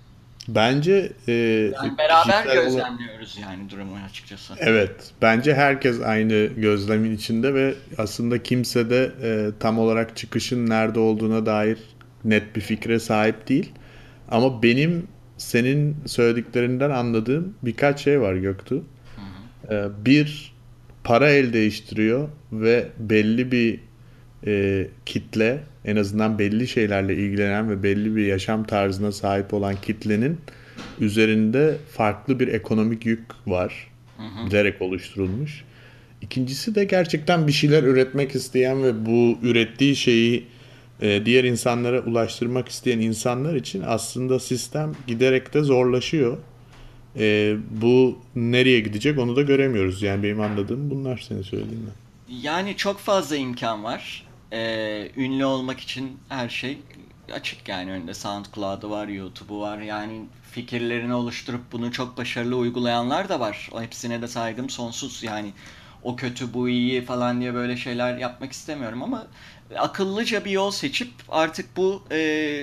bence e, Yani beraber kişisel olarak gözlemliyoruz yani durumu açıkçası. evet, bence herkes aynı gözlemin içinde ve aslında kimse de e, tam olarak çıkışın nerede olduğuna dair net bir fikre sahip değil. Ama benim senin söylediklerinden anladığım birkaç şey var Göktuğ. E, bir, para el değiştiriyor ve belli bir e, kitle, en azından belli şeylerle ilgilenen ve belli bir yaşam tarzına sahip olan kitlenin üzerinde farklı bir ekonomik yük var. Bilerek oluşturulmuş. İkincisi de gerçekten bir şeyler üretmek isteyen ve bu ürettiği şeyi e, diğer insanlara ulaştırmak isteyen insanlar için aslında sistem giderek de zorlaşıyor. E, bu nereye gidecek onu da göremiyoruz. Yani benim anladığım bunlar senin söylediğinden. Yani çok fazla imkan var. Ee, ünlü olmak için her şey. açık yani önünde. SoundCloud'u var, YouTube'u var. Yani fikirlerini oluşturup bunu çok başarılı uygulayanlar da var. O hepsine de saygım sonsuz. Yani o kötü bu iyi falan diye böyle şeyler yapmak istemiyorum ama akıllıca bir yol seçip artık bu e,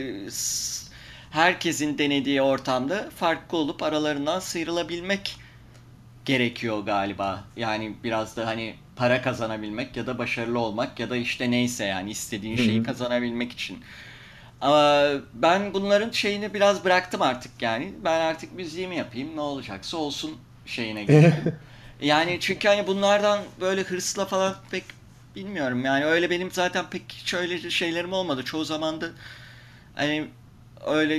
s- herkesin denediği ortamda farklı olup aralarından sıyrılabilmek gerekiyor galiba. Yani biraz da hani para kazanabilmek ya da başarılı olmak ya da işte neyse yani istediğin Hı şeyi hı. kazanabilmek için. Ama ben bunların şeyini biraz bıraktım artık yani. Ben artık müziğimi yapayım ne olacaksa olsun şeyine geçtim. Yani çünkü hani bunlardan böyle hırsla falan pek bilmiyorum yani öyle benim zaten pek hiç öyle şeylerim olmadı. Çoğu zaman da hani öyle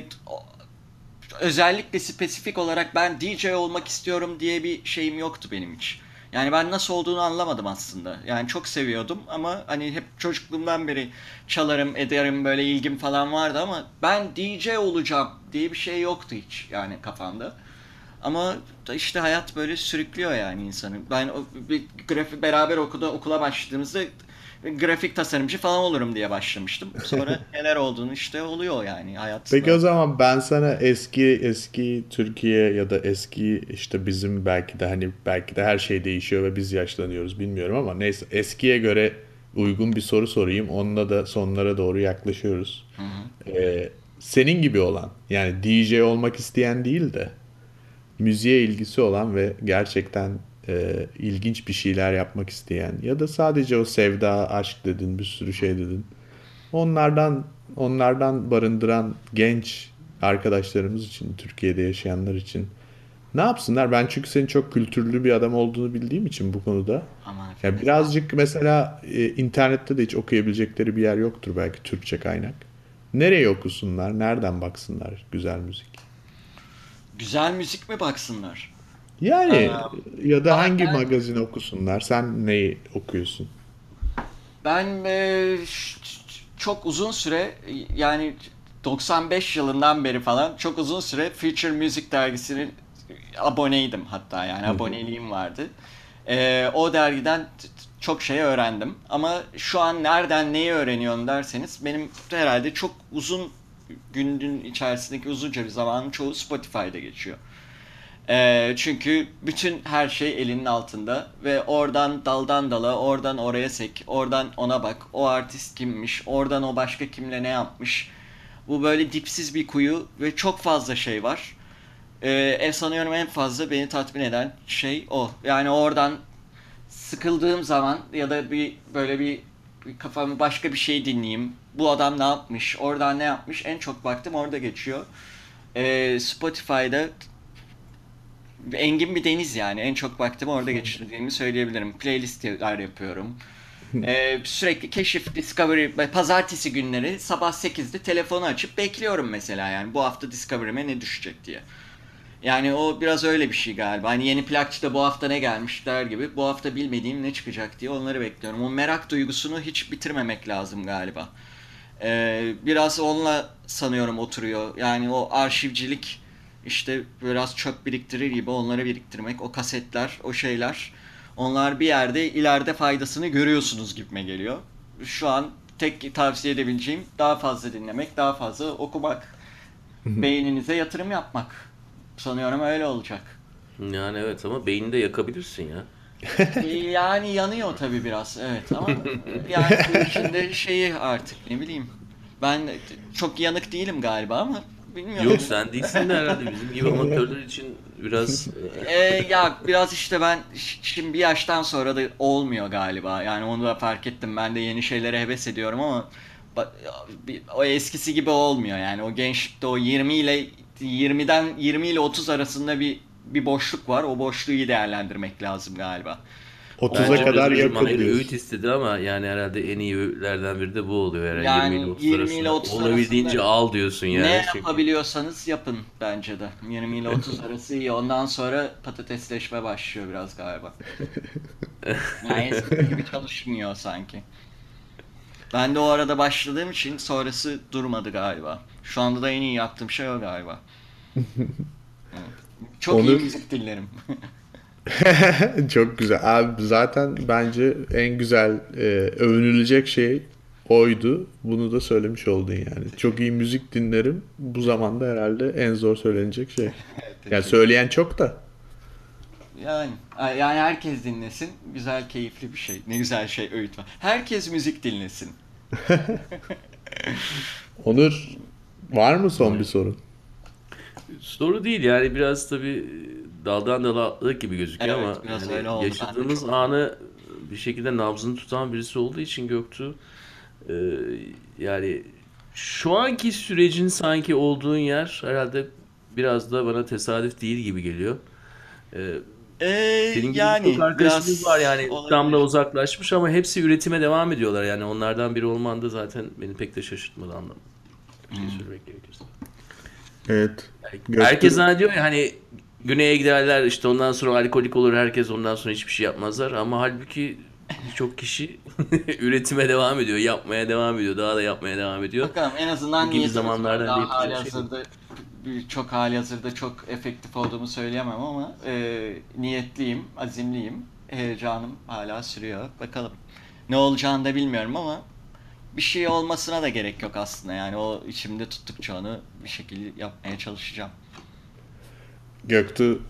özellikle spesifik olarak ben D J olmak istiyorum diye bir şeyim yoktu benim hiç. Yani ben nasıl olduğunu anlamadım aslında. Yani çok seviyordum ama hani hep çocukluğumdan beri çalarım, ederim böyle ilgim falan vardı ama ben D J olacağım diye bir şey yoktu hiç yani kafamda. Ama işte hayat böyle sürüklüyor yani insanı. Ben o- bir grafik beraber okuda okula başladığımızda grafik tasarımcı falan olurum diye başlamıştım. Sonra neler olduğunu işte oluyor yani hayat Peki o böyle. zaman ben sana eski eski Türkiye ya da eski işte bizim belki de hani belki de her şey değişiyor ve biz yaşlanıyoruz bilmiyorum ama neyse eskiye göre uygun bir soru sorayım. Onunla da sonlara doğru yaklaşıyoruz. Hı hı. Ee, senin gibi olan yani D J olmak isteyen değil de müziğe ilgisi olan ve gerçekten e, ilginç bir şeyler yapmak isteyen ya da sadece o sevda, aşk dedin, bir sürü şey dedin. Onlardan onlardan barındıran genç arkadaşlarımız için, Türkiye'de yaşayanlar için ne yapsınlar? Ben çünkü senin çok kültürlü bir adam olduğunu bildiğim için bu konuda. Aman Ya efendim. birazcık mesela e, internette de hiç okuyabilecekleri bir yer yoktur belki Türkçe kaynak. Nereye okusunlar? Nereden baksınlar güzel müzik? Güzel müzik mi baksınlar? Yani Aa, ya da valla hangi ben magazin okusunlar? Sen neyi okuyorsun? ben e, ş- ç- çok uzun süre yani doksan beş yılından beri falan çok uzun süre Future Music dergisinin aboneydim hatta yani Hı hı. aboneliğim vardı. E, o dergiden t- t- çok şey öğrendim ama şu an nereden neyi öğreniyorum derseniz benim herhalde çok uzun günün içerisindeki uzunca bir zamanın çoğu Spotify'da geçiyor. Ee, çünkü bütün her şey elinin altında ve oradan daldan dala, oradan oraya sek, oradan ona bak, o artist kimmiş, oradan o başka kimle ne yapmış. Bu böyle dipsiz bir kuyu ve çok fazla şey var. Ee, e, sanıyorum en fazla beni tatmin eden şey o. Yani oradan sıkıldığım zaman ya da bir böyle bir, bir kafamı başka bir şey dinleyeyim. Bu adam ne yapmış, oradan ne yapmış en çok baktım orada geçiyor. Ee, Spotify'da engin bir deniz yani. En çok vaktimi orada geçirdiğimi söyleyebilirim. Playlistler yapıyorum. Ee, sürekli keşif, Discovery, pazartesi günleri sabah sekizde telefonu açıp bekliyorum mesela yani. Bu hafta Discovery'me ne düşecek diye. Yani o biraz öyle bir şey galiba. Hani yeni plakçıda bu hafta ne gelmiş der gibi. Bu hafta bilmediğim ne çıkacak diye onları bekliyorum. O merak duygusunu hiç bitirmemek lazım galiba. Ee, biraz onunla sanıyorum oturuyor. Yani o arşivcilik işte biraz çöp biriktirir gibi onları biriktirmek. O kasetler, o şeyler. Onlar bir yerde ileride faydasını görüyorsunuz gibime geliyor. Şu an tek tavsiye edebileceğim daha fazla dinlemek, daha fazla okumak, beyninize yatırım yapmak. Sanıyorum öyle olacak. Yani evet ama beynini de yakabilirsin ya. E, Yani yanıyor tabii biraz evet ama yani bu işin de şeyi artık ne bileyim. Ben çok yanık değilim galiba ama Yok bilmiyorum. sen değilsin de herhalde bizim gibi amatörler için biraz E, Ya biraz işte ben ş- şimdi bir yaştan sonra da olmuyor galiba. Yani onu da fark ettim. Ben de yeni şeylere heves ediyorum ama ba- bir- o eskisi gibi olmuyor. Yani o gençlikte o yirmi ile yirmiden yirmi ile otuz arasında bir bir boşluk var. O boşluğu iyi değerlendirmek lazım galiba. otuza bence O biraz kadar önce yakın Mahir öğüt diyorsun. istedi ama yani herhalde en iyi öğütlerden biri de bu oluyor herhalde yirmi ile yani otuz yirmi ile arasında. otuz arasında Olabildiğince al diyorsun ne yani çünkü. yapabiliyorsanız yapın bence de. yirmi ile otuz arası iyi. Ondan sonra patatesleşme başlıyor biraz galiba. Yani eskisi gibi çalışmıyor sanki. Ben de o arada başladığım için sonrası durmadı galiba. Şu anda da en iyi yaptığım şey o galiba. Evet. Çok iyi Onur müzik dinlerim. çok güzel. Abi zaten bence en güzel e, övünülecek şey oydu. Bunu da söylemiş oldun yani. Çok iyi müzik dinlerim. Bu zamanda herhalde en zor söylenecek şey. Yani söyleyen çok da. Yani, yani herkes dinlesin. Güzel, keyifli bir şey. Ne güzel şey öğüt var. Herkes müzik dinlesin. Onur, var mı son bir sorun? Soru değil yani biraz tabii daldan dala atladık gibi gözüküyor Evet, ama biraz yani öyle oldu. Ben de yaşadığımız çok- anı bir şekilde nabzını tutan birisi olduğu için Göktuğ, e, yani şu anki sürecin sanki olduğun yer herhalde biraz da bana tesadüf değil gibi geliyor. E, Ee, Senin gibi birçok yani arkadaşımız biraz var yani İstanbul'da olabilir. uzaklaşmış ama hepsi üretime devam ediyorlar. Yani onlardan biri olman da zaten beni pek de şaşırtmadı anlamı. Bir şey söylemek gerekirse. Evet. Herkes Göktuğ, zannediyor ya hani güneye giderler işte ondan sonra alkolik olur herkes ondan sonra hiçbir şey yapmazlar ama halbuki birçok kişi üretime devam ediyor, yapmaya devam ediyor, daha da yapmaya devam ediyor. Bakalım, en Bu azından gibi niyetimiz var. zamanlarda da Daha hali yapacağı şey bu. hazırda çok hali hazırda çok efektif olduğumu söyleyemem ama e, niyetliyim, azimliyim. Heyecanım hala sürüyor. Bakalım. Ne olacağını da bilmiyorum ama bir şey olmasına da gerek yok aslında. Yani o içimde tuttukça onu bir şekilde yapmaya çalışacağım. Göktuğ,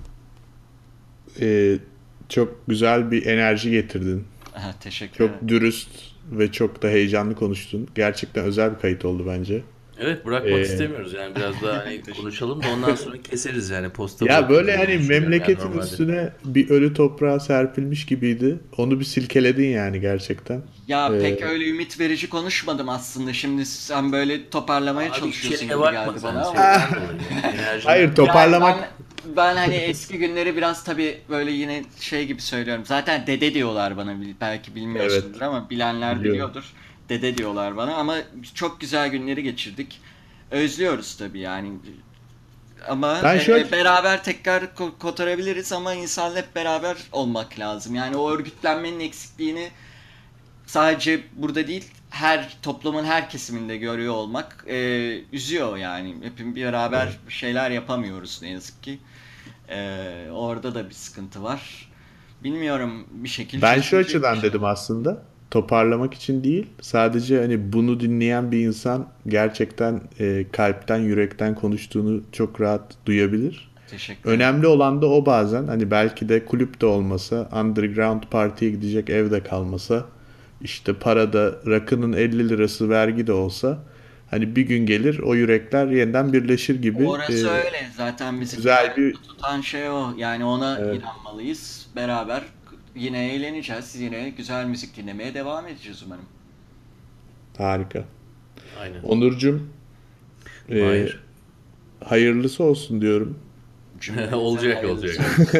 e, çok güzel bir enerji getirdin. Aha, teşekkür ederim. Çok dürüst ve çok da heyecanlı konuştun. Gerçekten özel bir kayıt oldu bence. Evet bırakmak E, istemiyoruz yani biraz daha hani konuşalım da ondan sonra keseriz yani posta Ya bırakırız böyle diye hani düşünüyorum yani memleketin normalde. üstüne bir ölü toprağa serpilmiş gibiydi. Onu bir silkeledin yani gerçekten. Ya Ee, pek öyle ümit verici konuşmadım aslında. Şimdi sen böyle toparlamaya Abi çalışıyorsun içeriye gibi bakma geldi sen bana ama. şeyden dolayı hayır, enerjinden dolayı. Yani ben toparlamak. ben hani eski günleri biraz tabii böyle yine şey gibi söylüyorum. Zaten dede diyorlar bana, bil- belki Evet, bilmiyorsundur ama bilenler biliyorum. biliyordur. Dede diyorlar bana ama çok güzel günleri geçirdik. Özlüyoruz tabii yani. Ama Ben şöyle e, beraber tekrar ko- kotarabiliriz ama insanla hep beraber olmak lazım. Yani o örgütlenmenin eksikliğini sadece burada değil, her toplumun her kesiminde görüyor olmak e, üzüyor yani. Hepimiz beraber bir şeyler yapamıyoruz ne yazık ki. E, orada da bir sıkıntı var. Bilmiyorum, bir şekil ben şu çözülecek açıdan dedim inşallah. aslında. Toparlamak için değil. Sadece hani bunu dinleyen bir insan gerçekten e, kalpten, yürekten konuştuğunu çok rahat duyabilir. Teşekkür ederim. Önemli olan da o bazen. Hani belki de kulüpte olmasa, underground partiye gidecek evde kalmasa, işte parada rakının elli lirası vergi de olsa, hani bir gün gelir o yürekler yeniden birleşir gibi e, Orası öyle. Zaten bizi bir güzel bir arada tutan şey o. Yani ona evet, inanmalıyız. Beraber yine eğleneceğiz. Yine güzel müzik dinlemeye devam edeceğiz umarım. harika. Aynen. Onurcum, e, Hayır. hayırlısı olsun diyorum. Cümlemize Olacak olacak. hayırlısı olsun.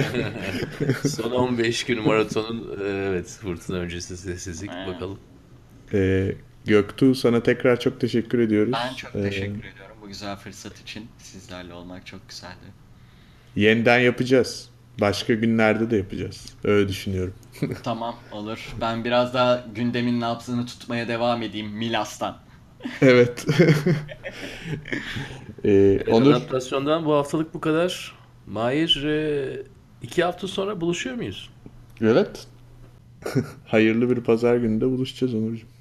Son on beş gün maratonun e, evet fırtına öncesi sessizlik Ee, bakalım. E, Göktuğ, sana tekrar çok teşekkür Ben ediyoruz. çok E, teşekkür ediyorum bu güzel fırsat için. Sizlerle olmak çok güzeldi. yeniden yapacağız. Başka günlerde de yapacağız. Öyle düşünüyorum. Tamam, olur. Ben biraz daha gündemin nabzını tutmaya devam edeyim Milas'tan. Evet. E, Evet, Onur, adaptasyondan bu haftalık bu kadar. Mahir, e, iki hafta sonra buluşuyor muyuz? evet. Hayırlı bir pazar gününde buluşacağız Onurcuğum.